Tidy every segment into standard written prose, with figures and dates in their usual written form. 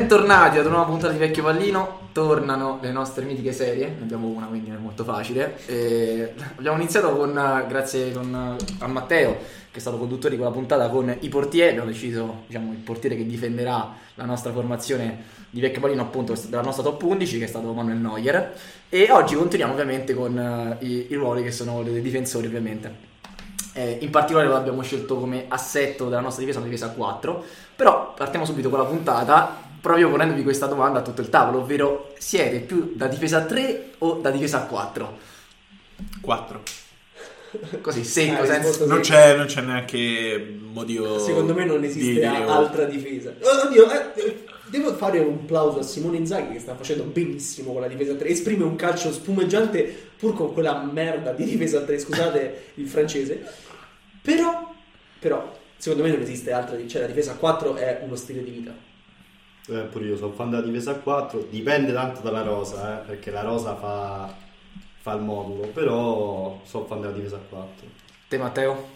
Bentornati ad una nuova puntata di Vecchio Pallino. Tornano le nostre mitiche serie. Ne abbiamo una, quindi è molto facile. Abbiamo iniziato grazie a Matteo, che è stato conduttore di quella puntata, con i portieri. Abbiamo deciso, diciamo, il portiere che difenderà la nostra formazione di Vecchio Pallino, appunto della nostra top 11, che è stato Manuel Neuer. E oggi continuiamo ovviamente con i ruoli che sono dei difensori, ovviamente. In particolare lo abbiamo scelto come assetto della nostra difesa, una difesa a 4. Però partiamo subito con la puntata, proprio ponendovi questa domanda a tutto il tavolo, ovvero: siete più da difesa a 3 o da difesa a 4? 4. Così, secco, senza... Non c'è neanche motivo. Secondo me non esiste altra difesa. Oddio, devo fare un plauso a Simone Inzaghi, che sta facendo benissimo con la difesa a 3. Esprime un calcio spumeggiante pur con quella merda di difesa a 3, scusate il francese. Però secondo me non esiste altra, cioè la difesa a 4 è uno stile di vita. Pure io sono fan della difesa a 4, dipende tanto dalla rosa, perché la rosa fa il modulo, però sono fan della difesa a 4. Te, Matteo?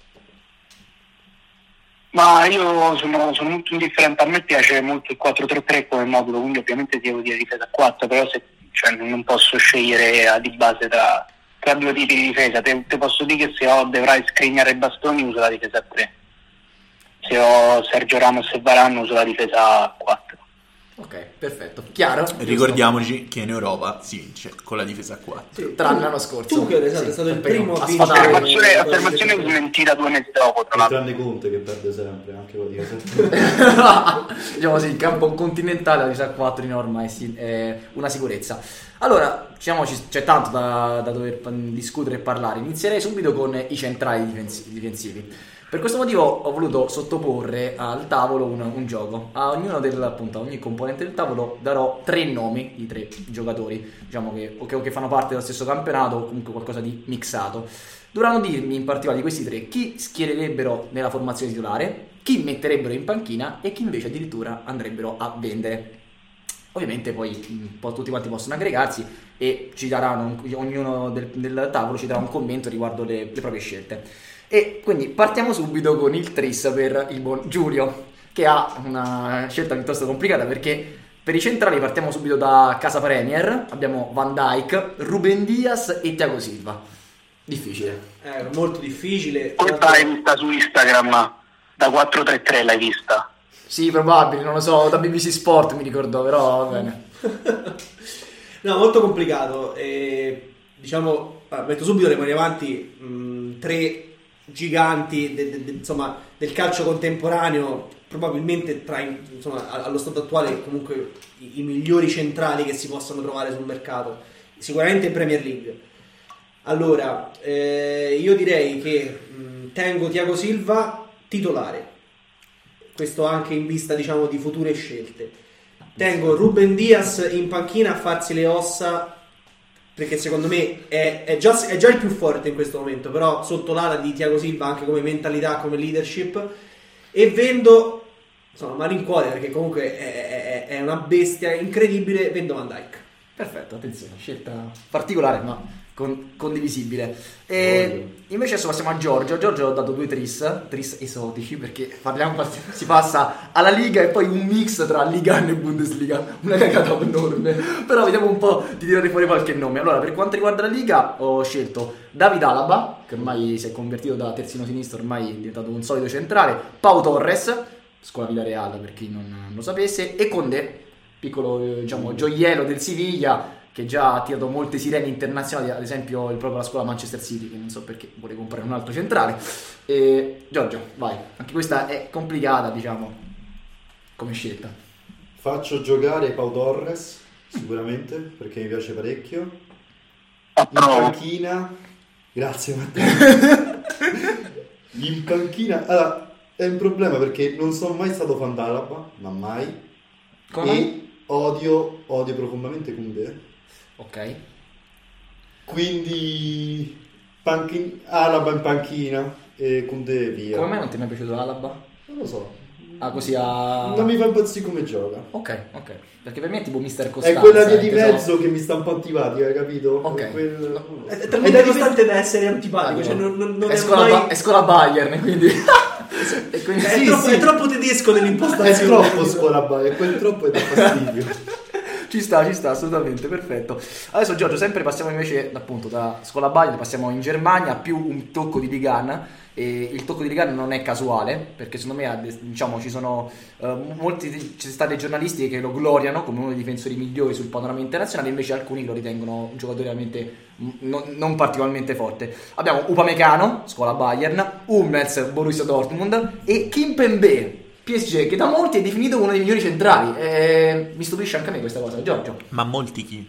Ma io sono molto indifferente, a me piace molto il 4-3-3 come modulo, quindi ovviamente devo dire difesa a 4, però non posso scegliere di base tra due tipi di difesa. Te posso dire che se dovrai Skriniar e Bastoni uso la difesa a 3, se ho Sergio Ramos e Varane uso la difesa a 4. Ok, perfetto, chiaro. Ricordiamoci che in Europa si vince con la difesa a 4. Sì, tranne l'anno scorso. Tu che è stato il primo a vincere. Affermazione smentita 2 mesi dopo, tra l'altro. Tranne Conte che perde sempre, anche con la difesa a 3. Diciamo sì, il campo continentale, la difesa a 4 in norma è una sicurezza. Allora, c'è tanto da dover discutere e parlare. Inizierei subito con i centrali difensivi. Per questo motivo ho voluto sottoporre al tavolo un gioco. A ogni componente del tavolo darò 3 nomi di 3 giocatori, diciamo che fanno parte dello stesso campionato o comunque qualcosa di mixato. Dovranno dirmi in particolare di questi 3 chi schiererebbero nella formazione titolare, chi metterebbero in panchina e chi invece addirittura andrebbero a vendere. Ovviamente poi tutti quanti possono aggregarsi e ci daranno, ognuno del tavolo ci darà un commento riguardo le proprie scelte. E quindi partiamo subito con il tris per il buon Giulio, che ha una scelta piuttosto complicata, perché per i centrali partiamo subito da Casa Premier. Abbiamo Van Dijk, Ruben Dias e Thiago Silva. Difficile. Molto difficile. Questa l'hai vista su Instagram, da 4-3-3 l'hai vista? Sì, probabile, non lo so, da BBC Sport mi ricordo, però va bene. No, molto complicato. Diciamo, metto subito le mani avanti, 3 giganti del calcio contemporaneo, probabilmente allo stato attuale comunque i migliori centrali che si possano trovare sul mercato, sicuramente in Premier League. Allora, io direi che tengo Thiago Silva titolare, questo anche in vista, diciamo, di future scelte. Tengo Ruben Dias in panchina a farsi le ossa, perché secondo me è già il più forte in questo momento, però sotto l'ala di Thiago Silva anche come mentalità, come leadership. E vendo, insomma, malincuore, perché comunque è una bestia incredibile, vendo Van Dijk. Perfetto, attenzione, scelta particolare ma condivisibile. E invece adesso passiamo a Giorgio. Giorgio ho dato 2 tris esotici, perché si passa alla Liga e poi un mix tra Liga 1 e Bundesliga, una cagata enorme. Però vediamo un po' di tirare fuori qualche nome. Allora, per quanto riguarda la Liga ho scelto David Alaba, che ormai si è convertito da terzino sinistro, ormai è diventato un solido centrale, Pau Torres, scuola Villarreal per chi non lo sapesse, e Condé, piccolo, diciamo, gioiello del Siviglia, che già ha tirato molte sirene internazionali, ad esempio proprio la scuola Manchester City, che non so perché vuole comprare un altro centrale. Giorgio, vai, anche questa è complicata, diciamo, come scelta. Faccio giocare Pau Torres sicuramente, perché mi piace parecchio. In panchina, grazie Matteo. In panchina, allora, è un problema perché non sono mai stato fan d'Alaba, ma mai. Come? E odio profondamente Koundé. Ok. Quindi Alaba in panchina e Koundé via. Come mai non ti è mai piaciuto Alaba? Non lo so. Così a... Non mi fa impazzire come gioca. Ok. Perché per me è tipo Mister Costanza. È quella via di mezzo che mi sta un po' antipatica, capito? Ok. È talmente costante da essere antipatico, cioè non è scuola Bayern, quindi... E quindi, è troppo tedesco nell'impostazione. È troppo Scuola Bayer, e quel troppo dà fastidio. Ci sta, assolutamente, perfetto. Adesso Giorgio, sempre passiamo invece appunto da Scuola Bayern, passiamo in Germania, più un tocco di Ligan. E il tocco di Ligan non è casuale, perché secondo me diciamo ci sono ci sono stati giornalisti che lo gloriano come uno dei difensori migliori sul panorama internazionale, invece alcuni lo ritengono un giocatore veramente non particolarmente forte. Abbiamo Upamecano, Scuola Bayern, Hummels, Borussia Dortmund, e Kimpembe, PSG, che da molti è definito uno dei migliori centrali. Mi stupisce anche a me questa cosa, Giorgio. Ma molti chi?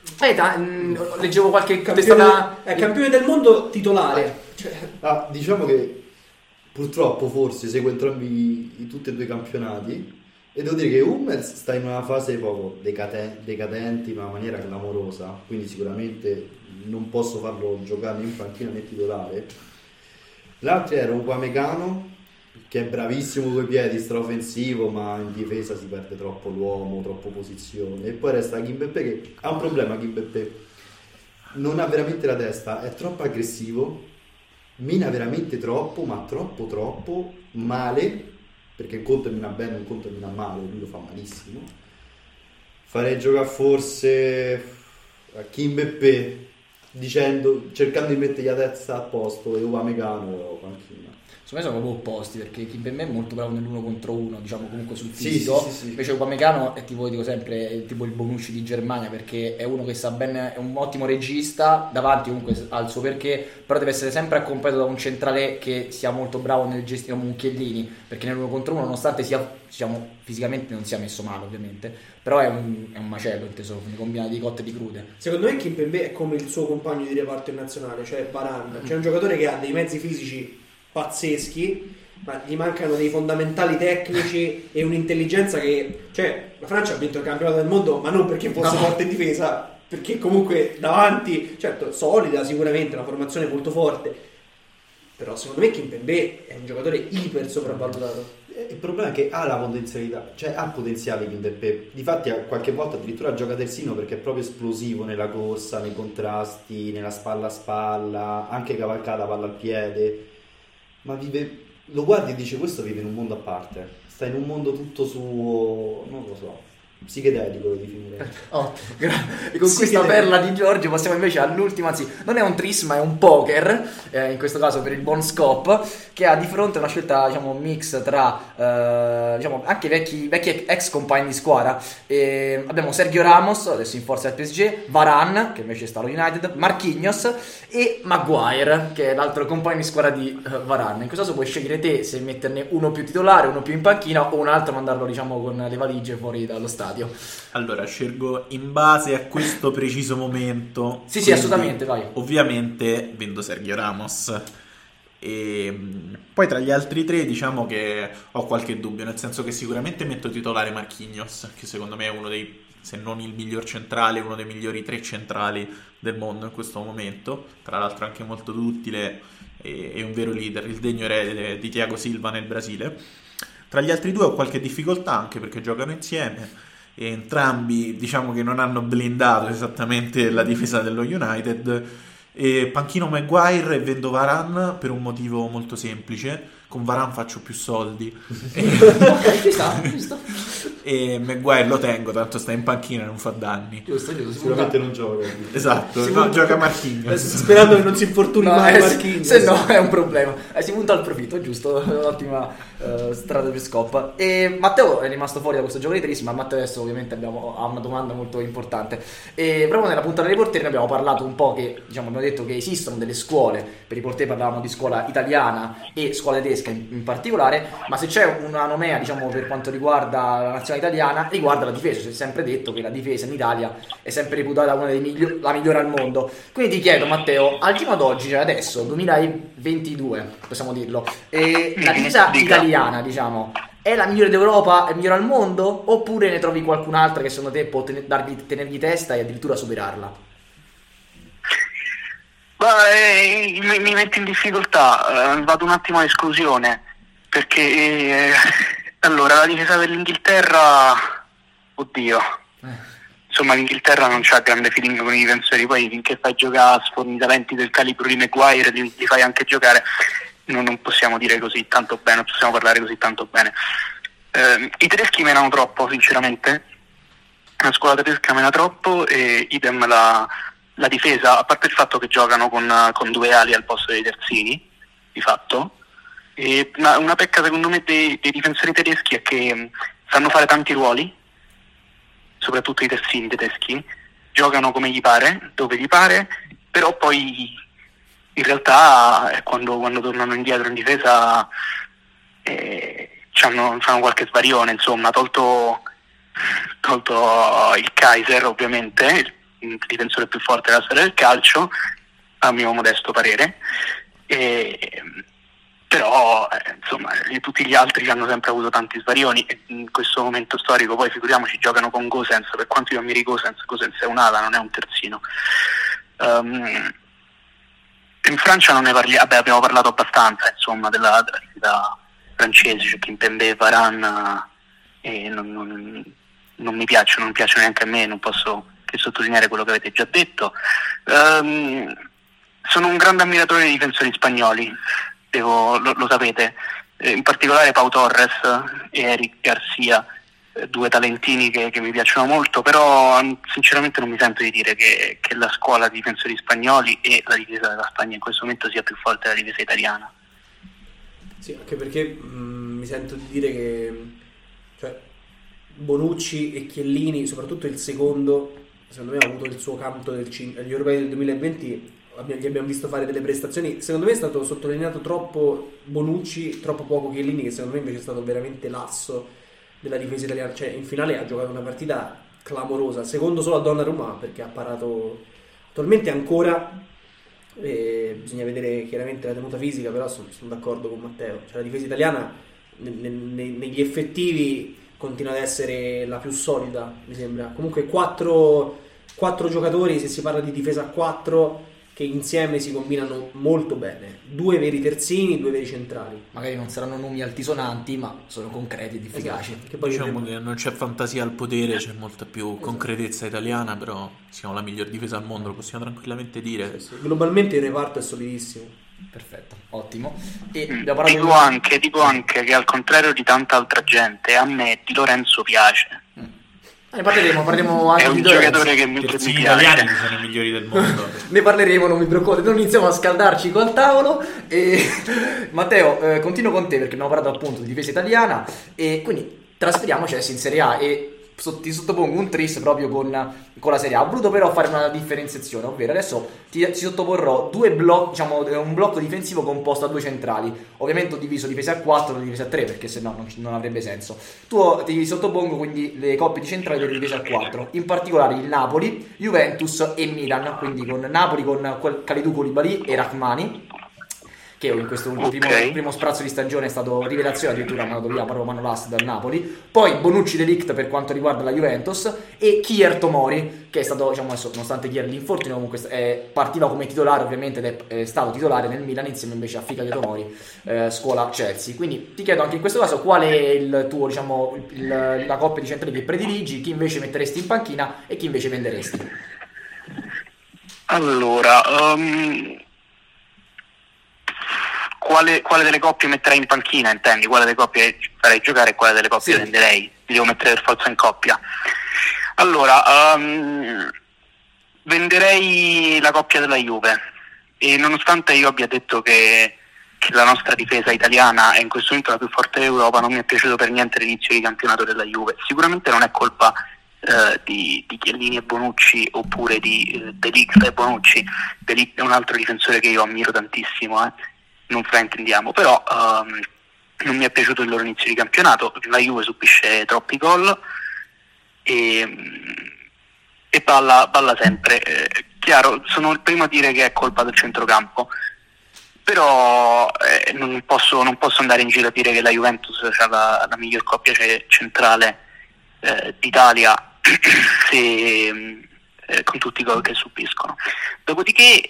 Leggevo qualche testata. È campione del mondo titolare. Diciamo che purtroppo forse seguo entrambi tutti e due i campionati e devo dire che Hummels sta in una fase poco decadente in una maniera clamorosa, quindi sicuramente non posso farlo giocare né in panchina né titolare. L'altro era Upamecano, che è bravissimo coi piedi, straoffensivo, ma in difesa si perde troppo l'uomo, troppo posizione. E poi resta Kimpembe, che ha un problema. Kimpembe non ha veramente la testa, è troppo aggressivo, mina veramente troppo, ma troppo male, perché un conto mina bene, un conto mina male, lui lo fa malissimo. Farei giocare forse a Kimpembe, cercando di mettergli la testa a posto, e Upamecano o panchina. Secondo me sono proprio opposti, perché Kimpembe è molto bravo nell'1 contro 1, diciamo, comunque sul fisico. Sì. Invece Upamecano è tipo, dico sempre, è tipo il Bonucci di Germania, perché è uno che sa bene, è un ottimo regista, davanti comunque ha il suo perché, però deve essere sempre accompagnato da un centrale che sia molto bravo nel gestire come un Chiellini, perché nell'1 contro 1, nonostante sia, diciamo, fisicamente non sia messo male ovviamente, però è un macello, inteso, ne combina di cotte e di crude. Secondo me Kimpembe è come il suo compagno di reparto in nazionale, cioè Varane, cioè un giocatore che ha dei mezzi fisici pazzeschi, ma gli mancano dei fondamentali tecnici e un'intelligenza che, cioè, la Francia ha vinto il campionato del mondo, ma non perché fosse forte in difesa, perché comunque davanti, certo, solida sicuramente, una formazione molto forte, però secondo me Kimpembe è un giocatore iper sopravvalutato. Il problema è che ha la potenzialità, cioè ha potenziale Kimpembe. Difatti qualche volta addirittura gioca terzino, perché è proprio esplosivo nella corsa, nei contrasti, nella spalla a spalla, anche cavalcata, palla al piede. Ma lo guardi e dice: questo vive in un mondo a parte, sta in un mondo tutto suo, non lo so, psichedelico lo definirei. E con questa perla di Giorgio passiamo invece all'ultima, anzi non è un tris ma è un poker, in questo caso per il Bon Scop, che ha di fronte una scelta, diciamo, mix tra diciamo anche vecchi ex compagni di squadra. Abbiamo Sergio Ramos, adesso in forza del PSG, Varane, che invece sta allo United, Marquinhos e Maguire, che è l'altro compagno di squadra di Varane. In questo caso puoi scegliere te se metterne uno più titolare, uno più in panchina, o un altro mandarlo, diciamo, con le valigie fuori dallo stadio. Allora, scelgo in base a questo preciso momento. Sì, quindi, assolutamente, vai. Ovviamente vendo Sergio Ramos. E poi tra gli altri tre diciamo che ho qualche dubbio, nel senso che sicuramente metto titolare Marquinhos, che secondo me è uno dei, se non il miglior centrale, uno dei migliori tre centrali del mondo in questo momento, tra l'altro anche molto duttile e un vero leader, il degno erede di Thiago Silva nel Brasile. Tra gli altri due ho qualche difficoltà, anche perché giocano insieme e entrambi diciamo che non hanno blindato esattamente la difesa dello United. E panchino Maguire e vendo Varane per un motivo molto semplice: con Varane faccio più soldi. Ok, ci sta, giusto. E Maguire lo tengo, tanto sta in panchina e non fa danni. Giusto. Sicuramente non gioca. Esatto, no, gioca Marquinhos. Sperando che non si infortuni mai Marquinhos. Se no è un problema. Si punta al profitto, giusto? Un'ottima strada per Scop. E Matteo è rimasto fuori da questo gioco di tris, ma Matteo adesso ovviamente ha una domanda molto importante. E proprio nella puntata dei portieri abbiamo parlato un po' che, diciamo, abbiamo detto che esistono delle scuole, per i portieri parlavamo di scuola italiana e scuola tedesca in particolare, ma se c'è una nomea, diciamo, per quanto riguarda la nazionale italiana, riguarda la difesa. Si è sempre detto che la difesa in Italia è sempre reputata una delle la migliore al mondo. Quindi ti chiedo, Matteo, al giorno d'oggi, cioè adesso 2022 possiamo dirlo, la difesa italiana, diciamo, è la migliore d'Europa, è migliore al mondo, oppure ne trovi qualcun'altra che secondo te può tenergli testa e addirittura superarla? Mi metto in difficoltà, vado un attimo a esclusione, perché allora la difesa dell'Inghilterra, oddio, insomma l'Inghilterra non c'ha grande feeling con i difensori, poi finché fai giocare sforni talenti del calibro di Maguire li fai anche giocare. non possiamo dire così tanto bene, non possiamo parlare così tanto bene. I tedeschi menano troppo, sinceramente. La scuola tedesca mena troppo, e idem la difesa, a parte il fatto che giocano con 2 ali al posto dei terzini, di fatto. E una pecca secondo me dei difensori tedeschi è che sanno fare tanti ruoli, soprattutto i terzini tedeschi, giocano come gli pare, dove gli pare, però poi in realtà quando tornano indietro in difesa fanno qualche svarione, insomma, tolto il Kaiser, ovviamente il difensore più forte della storia del calcio, a mio modesto parere, però insomma tutti gli altri hanno sempre avuto tanti svarioni, e in questo momento storico poi figuriamoci, giocano con Gosens. Per quanto io ammiri Gosens è un'ala, non è un terzino. In Francia non ne parliamo, abbiamo parlato abbastanza, insomma, della difesa francese, cioè Kimpembe, Varane, e non mi piacciono, non piacciono neanche a me, non posso che sottolineare quello che avete già detto. Sono un grande ammiratore dei difensori spagnoli, lo sapete, in particolare Pau Torres e Eric Garcia, 2 talentini che mi piacciono molto, però sinceramente non mi sento di dire che la scuola di difensori spagnoli e la difesa della Spagna in questo momento sia più forte della difesa italiana. Sì, anche perché mi sento di dire che, cioè, Bonucci e Chiellini, soprattutto il secondo, secondo me ha avuto il suo canto agli europei del 2020. Gli abbiamo visto fare delle prestazioni. Secondo me è stato sottolineato troppo Bonucci, troppo poco Chiellini, che secondo me invece è stato veramente l'asso della difesa italiana. Cioè, in finale ha giocato una partita clamorosa, secondo solo a Donnarumma, perché ha parato attualmente ancora. Bisogna vedere chiaramente la tenuta fisica, però sono d'accordo con Matteo. Cioè, la difesa italiana negli effettivi continua ad essere la più solida, mi sembra. Comunque 4 giocatori, se si parla di difesa a 4, che insieme si combinano molto bene. 2 veri terzini, 2 veri centrali. Magari non saranno nomi altisonanti, ma sono concreti ed efficaci. Esatto. Che poi diciamo che non c'è fantasia al potere, c'è molta più concretezza italiana, però siamo la miglior difesa al mondo, lo possiamo tranquillamente dire. Sì. Globalmente il reparto è solidissimo. Perfetto, ottimo. E dico anche che, al contrario di tanta altra gente, a me Di Lorenzo piace. Ne parleremo anche è un di giocatore che mi Terzini piace. italiani che sono i migliori del mondo. Ne parleremo, non mi preoccupate, non iniziamo a scaldarci col tavolo. Matteo, continuo con te perché abbiamo parlato appunto di difesa italiana, e quindi trasferiamoci adesso in Serie A e ti sottopongo un tris proprio con la Serie A. Ho voluto però fare una differenziazione, ovvero adesso ti sottoporrò 2 blocchi, diciamo un blocco difensivo composto da 2 centrali. Ovviamente ho diviso difesa a 4 e difesa a 3, perché se no non avrebbe senso. Ti sottopongo quindi le coppie di centrali delle difese a 4, in particolare il Napoli, Juventus e Milan, quindi con Napoli con Kalidou Koulibaly e Rachmani, che in questo primo sprazzo di stagione è stato rivelazione, addirittura mandato via proprio Manolas dal Napoli. Poi Bonucci Delict per quanto riguarda la Juventus, e Kier Tomori, che è stato, diciamo, adesso, nonostante Kier l'infortunio, comunque partiva come titolare ovviamente, ed è stato titolare nel Milan insieme invece a Fikayo Tomori, scuola Chelsea. Quindi ti chiedo anche in questo caso qual è il tuo, diciamo, la coppia di centrali che prediligi, chi invece metteresti in panchina e chi invece venderesti. Allora, quale delle coppie metterei in panchina, intendi? Quale delle coppie farei giocare e quale delle coppie venderei? Li devo mettere per forza in coppia. Allora, venderei la coppia della Juve, e nonostante io abbia detto che la nostra difesa italiana è in questo momento la più forte d'Europa, non mi è piaciuto per niente l'inizio di campionato della Juve. Sicuramente non è colpa di Chiellini e Bonucci, oppure di De Ligt e Bonucci. De Ligt è un altro difensore che io ammiro tantissimo, non fraintendiamo, però non mi è piaciuto il loro inizio di campionato. La Juve subisce troppi gol e balla sempre. Chiaro, sono il primo a dire che è colpa del centrocampo, però non posso andare in giro a dire che la Juventus ha la miglior coppia centrale d'Italia con tutti i gol che subiscono. Dopodiché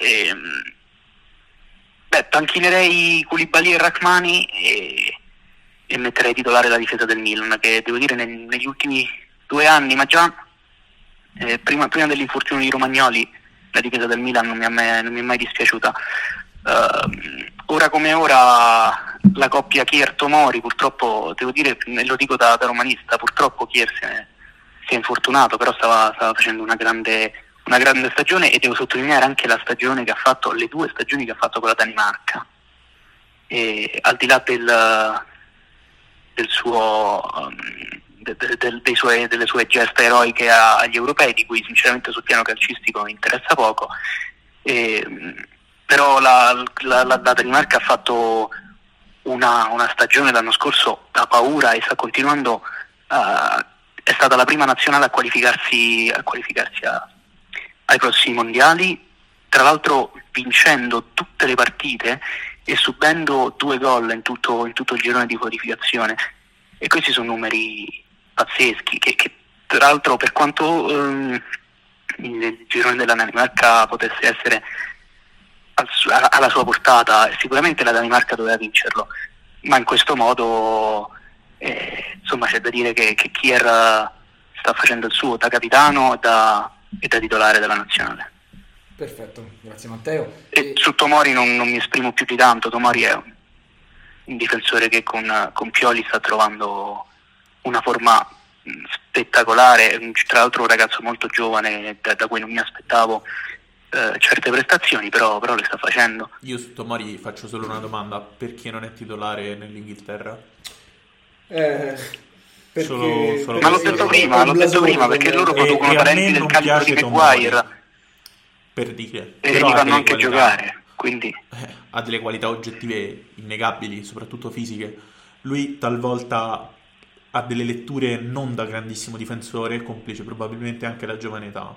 panchinerei Koulibaly e Rachmani e metterei titolare la difesa del Milan, che devo dire negli ultimi 2 anni, ma già prima dell'infortunio di Romagnoli, la difesa del Milan non mi è mai dispiaciuta. ora come ora la coppia Kier-Tomori, purtroppo devo dire, e lo dico da romanista, purtroppo Kier si è infortunato, però stava facendo una grande stagione, e devo sottolineare anche la stagione che ha fatto, le 2 stagioni che ha fatto con la Danimarca, e al di là del suo delle sue gesta eroiche agli europei, di cui sinceramente sul piano calcistico mi interessa poco, però la Danimarca ha fatto una stagione l'anno scorso da paura, e sta continuando, è stata la prima nazionale a qualificarsi ai prossimi mondiali, tra l'altro vincendo tutte le partite e subendo 2 gol in tutto il girone di qualificazione, e questi sono numeri pazzeschi che tra l'altro, per quanto il girone della Danimarca potesse essere alla sua portata, sicuramente la Danimarca doveva vincerlo, ma in questo modo insomma c'è da dire che Kier sta facendo il suo da capitano e da titolare della nazionale. Perfetto, grazie Matteo. E su Tomori non mi esprimo più di tanto. Tomori è un difensore che con Pioli sta trovando una forma spettacolare, tra l'altro un ragazzo molto giovane da cui non mi aspettavo certe prestazioni, però le sta facendo. Io su Tomori faccio solo una domanda: perché non è titolare nell'Inghilterra? Perché ma l'ho detto prima, perché loro producono talenti del calibro di Maguire, per dire, e li fanno anche giocare, quindi ha delle qualità oggettive innegabili, soprattutto fisiche. Lui talvolta ha delle letture non da grandissimo difensore, complice probabilmente anche la giovane età,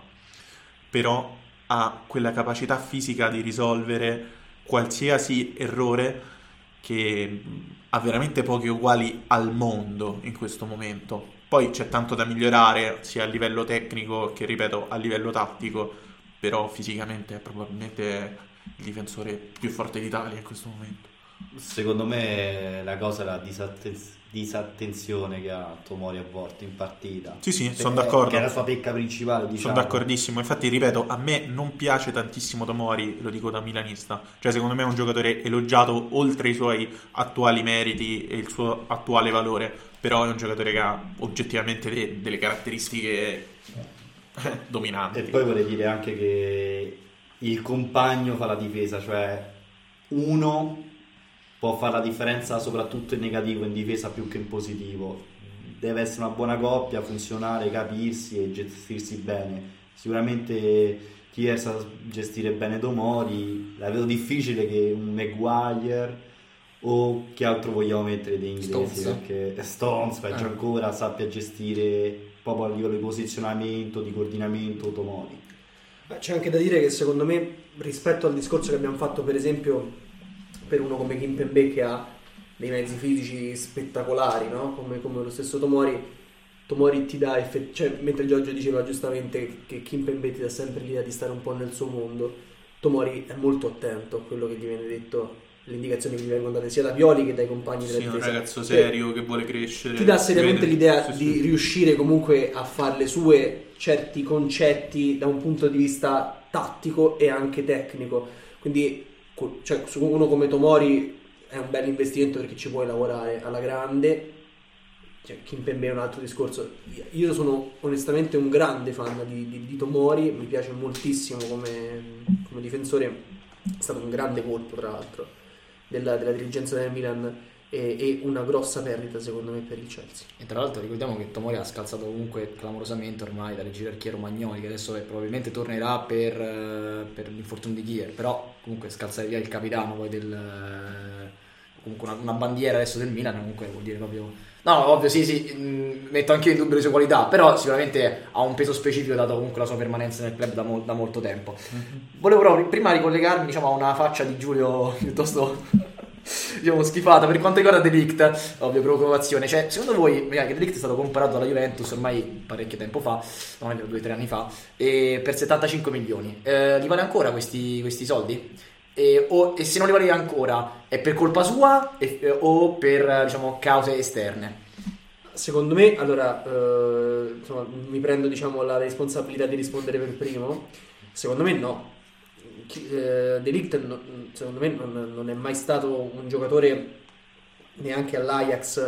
però ha quella capacità fisica di risolvere qualsiasi errore che ha veramente pochi uguali al mondo in questo momento. Poi c'è tanto da migliorare sia a livello tecnico che, ripeto, a livello tattico, però fisicamente è probabilmente il difensore più forte d'Italia in questo momento. Secondo me la cosa è la disattenzione che ha Tomori a volte in partita. Sì, sono d'accordo. Che è la sua pecca principale, diciamo. Sono d'accordissimo. Infatti, ripeto, a me non piace tantissimo Tomori, lo dico da milanista. Cioè, secondo me è un giocatore elogiato oltre i suoi attuali meriti e il suo attuale valore, però è un giocatore che ha oggettivamente delle caratteristiche dominanti. E poi vorrei dire anche che il compagno fa la difesa, cioè uno può fare la differenza soprattutto in negativo, in difesa più che in positivo. Deve essere una buona coppia, funzionare, capirsi e gestirsi bene. Sicuramente Kier sa gestire bene Tomori, la vedo difficile che un Maguire o che altro vogliamo mettere dei inglesi, perché Stones peggio ancora sappia gestire proprio a livello di posizionamento, di coordinamento Tomori. C'è anche da dire che secondo me, rispetto al discorso che abbiamo fatto per esempio per uno come Kimpembe, che ha dei mezzi fisici spettacolari, no? come lo stesso Tomori ti dà cioè, mentre Giorgio diceva giustamente che Kimpembe ti dà sempre l'idea di stare un po' nel suo mondo, Tomori è molto attento a quello che gli viene detto, le indicazioni che gli vengono date sia da Pioli che dai compagni della difesa. Sì, un ragazzo serio che vuole crescere, ti dà seriamente l'idea di riuscire comunque a fare le sue certi concetti da un punto di vista tattico e anche tecnico, quindi cioè, su uno come Tomori è un bel investimento perché ci puoi lavorare alla grande. Cioè, Kimpembe è un altro discorso. Io sono onestamente un grande fan di Tomori, mi piace moltissimo come difensore, è stato un grande colpo tra l'altro della dirigenza del Milan e una grossa perdita secondo me per il Chelsea. E tra l'altro ricordiamo che Tomori ha scalzato comunque clamorosamente ormai dalle gerarchie romagnoli, che adesso probabilmente tornerà per l'infortunio di Kier, però comunque scalzare via il capitano poi comunque una bandiera adesso del Milan comunque vuol dire proprio... No, ovvio, sì, metto anche in dubbio le sue qualità, però sicuramente ha un peso specifico dato comunque la sua permanenza nel club da molto tempo. Volevo però prima ricollegarmi, diciamo, a una faccia di Giulio piuttosto diciamo schifata per quanto riguarda De Ligt, ovvio, provocazione. Cioè, secondo voi, che De Ligt è stato comprato dalla Juventus ormai parecchio tempo fa, non è vero, 2 o 3 anni fa, e per 75 milioni, gli vale ancora questi soldi? E se non li vale ancora è per colpa sua o per, diciamo, cause esterne? Secondo me, allora, insomma, mi prendo, diciamo, la responsabilità di rispondere per primo. Secondo me no. De Ligt secondo me non è mai stato un giocatore neanche all'Ajax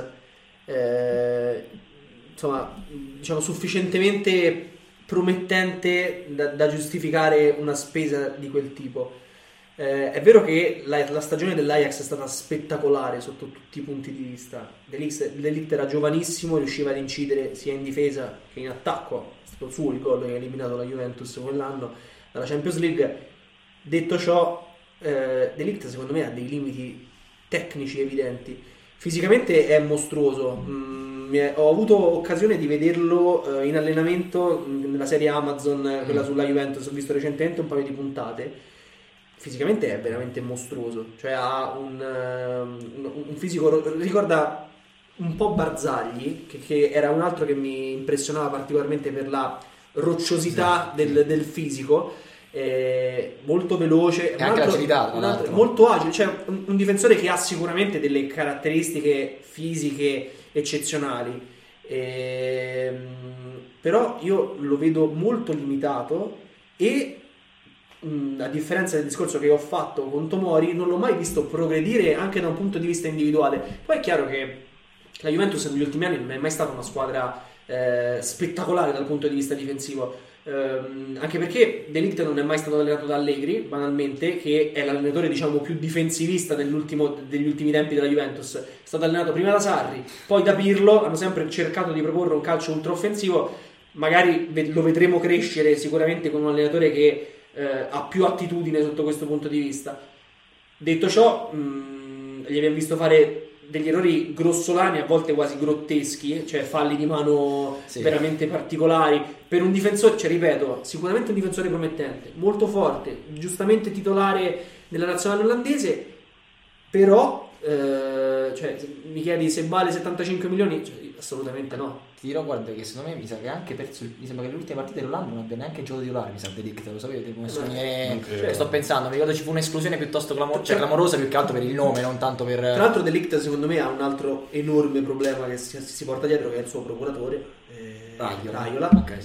insomma, diciamo sufficientemente promettente da giustificare una spesa di quel tipo. È vero che la stagione dell'Ajax è stata spettacolare sotto tutti i punti di vista. De Ligt era giovanissimo, riusciva ad incidere sia in difesa che in attacco. È stato suo il gol che ha eliminato la Juventus quell'anno dalla Champions League. Detto ciò, De Ligt secondo me ha dei limiti tecnici evidenti. Fisicamente è mostruoso. Ho avuto occasione di vederlo in allenamento nella serie Amazon, quella sulla Juventus. Ho visto recentemente un paio di puntate. Fisicamente è veramente mostruoso, cioè ha un fisico, ricorda un po' Barzagli, che era un altro che mi impressionava particolarmente per la rocciosità del fisico, molto veloce, e anche l'agilità, molto agile, cioè un difensore che ha sicuramente delle caratteristiche fisiche eccezionali, però io lo vedo molto limitato e a differenza del discorso che ho fatto con Tomori, non l'ho mai visto progredire anche da un punto di vista individuale. Poi è chiaro che la Juventus negli ultimi anni non è mai stata una squadra spettacolare dal punto di vista difensivo, anche perché De Ligt non è mai stato allenato da Allegri, banalmente, che è l'allenatore diciamo più difensivista degli ultimi tempi della Juventus. È stato allenato prima da Sarri, poi da Pirlo. Hanno sempre cercato di proporre un calcio ultra offensivo. Magari lo vedremo crescere sicuramente con un allenatore che ha più attitudine sotto questo punto di vista. Detto ciò, gli abbiamo visto fare degli errori grossolani, a volte quasi grotteschi, cioè falli di mano veramente particolari per un difensore, cioè ripeto, sicuramente un difensore promettente, molto forte, giustamente titolare nella nazionale olandese, però cioè, mi chiedi se vale 75 milioni? Cioè, assolutamente no. Ti dirò, guarda, che secondo me mi sa che ha anche perso. Mi sembra che le ultime partite dell'anno non abbia neanche giocato titolare. Mi sa De Ligt, lo sapete? Sto pensando, mi ricordo ci fu un'esclusione piuttosto clamorosa, più che altro per il nome, non tanto per. Tra l'altro, De Ligt, secondo me, ha un altro enorme problema che si porta dietro, che è il suo procuratore. Raiola. Ok,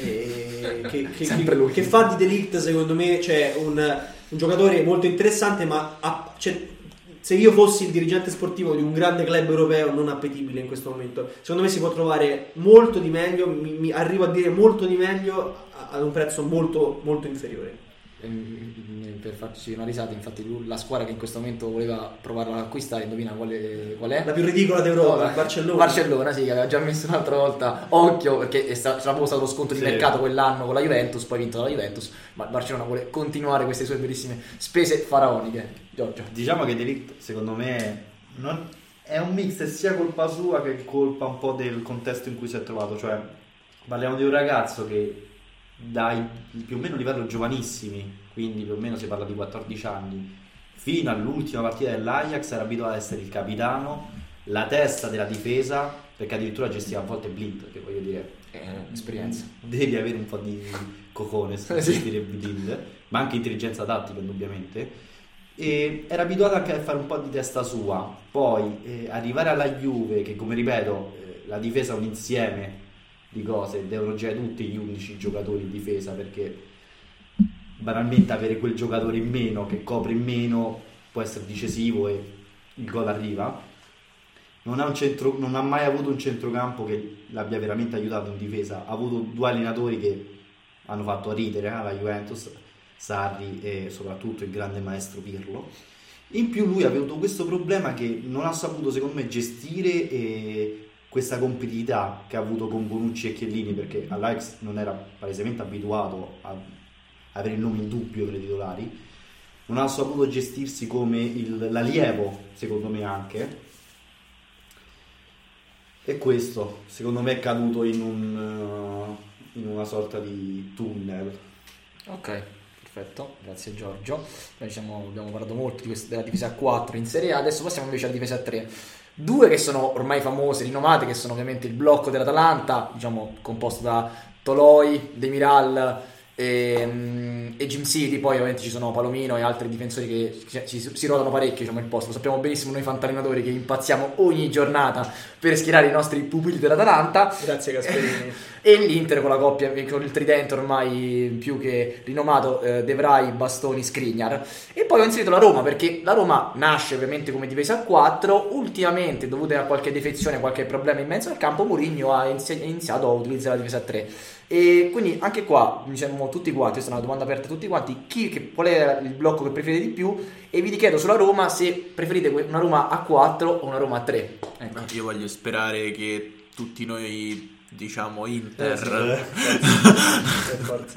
sì. Che fa di De Ligt, secondo me, cioè un giocatore molto interessante, ma se io fossi il dirigente sportivo di un grande club europeo non appetibile in questo momento, secondo me si può trovare molto di meglio, mi arrivo a dire molto di meglio ad un prezzo molto molto inferiore. Per farci una risata, infatti la squadra che in questo momento voleva provarla ad acquistare, indovina qual è? La più ridicola d'Europa, Barcellona, sì, che aveva già messo un'altra volta occhio, perché c'era proprio stato lo sconto di mercato quell'anno con la Juventus, poi vinto dalla Juventus, ma il Barcellona vuole continuare queste sue bellissime spese faraoniche. Giorgio, diciamo che De Ligt secondo me è un mix sia colpa sua che colpa un po' del contesto in cui si è trovato, cioè parliamo di un ragazzo che dai più o meno livello giovanissimi, quindi più o meno si parla di 14 anni, fino all'ultima partita dell'Ajax era abituato ad essere il capitano, la testa della difesa, perché addirittura gestiva a volte Blind, che voglio dire esperienza, devi avere un po' di cojones per gestire Blind, ma anche intelligenza tattica indubbiamente, e era abituato anche a fare un po' di testa sua. Poi arrivare alla Juve, che come ripeto la difesa è un insieme di cose, devono girare tutti gli 11 giocatori in difesa, perché banalmente avere quel giocatore in meno che copre in meno può essere decisivo e il gol arriva. Non ha mai avuto un centrocampo che l'abbia veramente aiutato in difesa. Ha avuto due allenatori che hanno fatto ridere alla Juventus, Sarri e soprattutto il grande maestro Pirlo. In più lui ha avuto questo problema che non ha saputo secondo me gestire questa competitività che ha avuto con Bonucci e Chiellini, perché all'Ajax non era palesemente abituato a avere il nome in dubbio per i titolari, non ha saputo gestirsi come l'allievo, secondo me anche, e questo secondo me è caduto in una sorta di tunnel. Ok, perfetto, grazie Giorgio. Noi abbiamo parlato molto della difesa a 4 in Serie A, adesso passiamo invece alla difesa a 3. Due che sono ormai famose, rinomate, che sono ovviamente il blocco dell'Atalanta, diciamo composto da Toloi, Demiral e Jim City. Poi ovviamente ci sono Palomino e altri difensori che si ruotano parecchio, diciamo, il posto. Lo sappiamo benissimo noi fantallenatori che impazziamo ogni giornata per schierare i nostri pupilli dell'Atalanta. Grazie Gasperini. E l'Inter con la coppia, con il tridente ormai più che rinomato, De Vrij, Bastoni, Skriniar. E poi ho inserito la Roma, perché la Roma nasce ovviamente come difesa a 4. Ultimamente, dovute a qualche defezione, qualche problema in mezzo al campo, Mourinho ha iniziato a utilizzare la difesa a 3. E quindi anche qua diciamo tutti quanti, questa è una domanda aperta a tutti quanti, qual è il blocco che preferite di più, e vi chiedo sulla Roma se preferite una Roma a 4 o una Roma a 3. Ecco. Io voglio sperare che tutti noi diciamo Inter. Forza.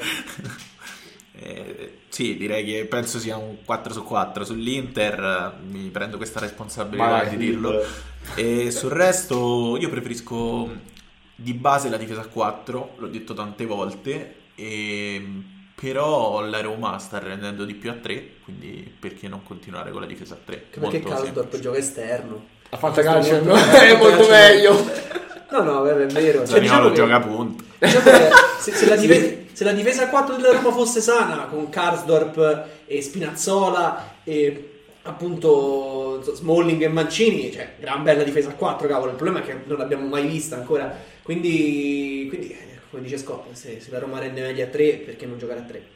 Sì, direi che penso sia un 4-4 sull'Inter, mi prendo questa responsabilità di dirlo. E sul resto io preferisco di base la difesa a 4, l'ho detto tante volte, però la Roma sta rendendo di più a 3, quindi perché non continuare con la difesa a 3? Perché Karsdorp gioca esterno. A fantacalcio è molto meglio. No, è vero. Zaniolo gioca a punta. Diciamo che se la difesa a 4 della Roma fosse sana, con Karsdorp e Spinazzola e appunto Smalling e Mancini, cioè gran bella difesa a 4, cavolo. Il problema è che non l'abbiamo mai vista ancora. Quindi come dice Scott, se la Roma rende meglio a 3, perché non giocare a 3?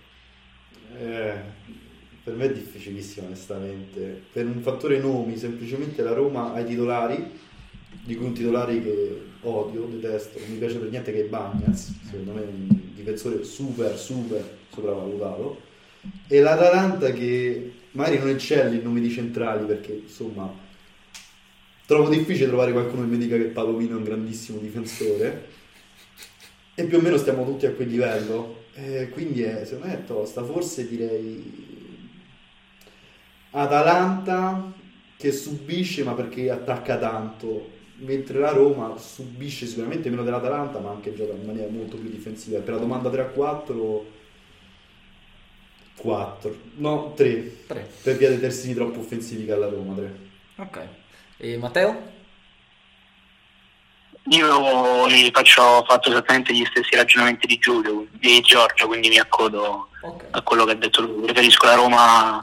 Per me è difficilissimo, onestamente. Per un fattore nomi, semplicemente la Roma ha i titolari, di cui un titolare che odio, detesto, non mi piace per niente, che è Bagnaz. Secondo me è un difensore super sopravvalutato. E l'Atalanta che magari non eccelle in nomi di centrali, perché insomma trovo difficile trovare qualcuno che mi dica che Palomino è un grandissimo difensore, e più o meno stiamo tutti a quel livello, quindi secondo me è tosta. Forse direi Atalanta, che subisce ma perché attacca tanto, mentre la Roma subisce sicuramente meno dell'Atalanta, ma anche gioca in maniera molto più difensiva. Per la domanda 3-4 3 per via dei terzini troppo offensivi che ha la Roma. 3. Ok. E Matteo? Io ho fatto esattamente gli stessi ragionamenti di Giorgio, quindi mi accodo a quello che ha detto lui. Preferisco la Roma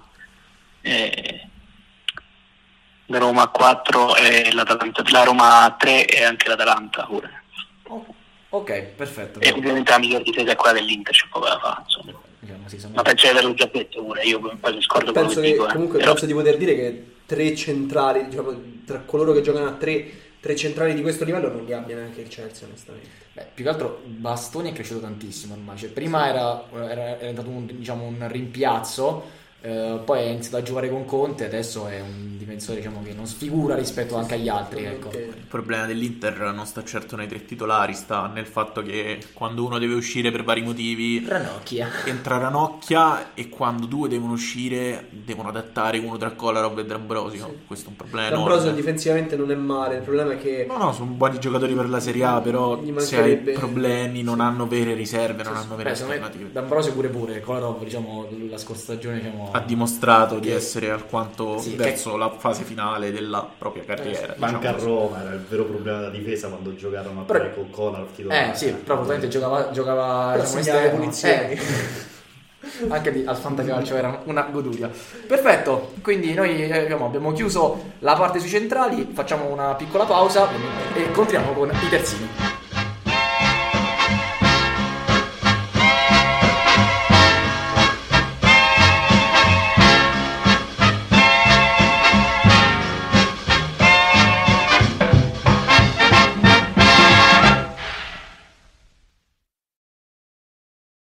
a 4 e l'Atalanta, la Roma a 3 e anche l'Atalanta pure. Ok, perfetto. E ovviamente la miglior difesa è quella dell'Inter, c'è poco da fare, insomma. Ma penso di averlo già detto pure, io poi mi scordo quello che dico. Comunque però penso di poter dire che 3 centrali, diciamo, tra coloro che giocano a 3 centrali di questo livello non li abbia neanche il Chelsea, onestamente. Più che altro Bastoni è cresciuto tantissimo ormai, cioè, prima era diventato un rimpiazzo, poi ha iniziato a giocare con Conte, adesso è un difensore, diciamo, che non sfigura rispetto anche agli altri, ecco. Il problema dell'Inter non sta certo nei 3 titolari, sta nel fatto che quando uno deve uscire per vari motivi entra Ranocchia, e quando 2 devono uscire devono adattare uno tra Kolarov e D'Ambrosio. Sì. Questo è un problema enorme. D'Ambrosio difensivamente non è male, il problema è che no, sono buoni giocatori per la Serie A, però se hai problemi non hanno vere riserve, non hanno vere alternative. D'Ambrosio pure Kolarov, diciamo, la scorsa stagione, diciamo, ha dimostrato di essere alquanto verso la fase finale della propria carriera. Anche a Roma era il vero problema della difesa quando giocarono a 3 con Kolarov titolare. Sì, però probabilmente giocava diciamo, esterno. Anche al fantacalcio era una goduria. Perfetto, quindi noi abbiamo chiuso la parte sui centrali, facciamo una piccola pausa e continuiamo con i terzini.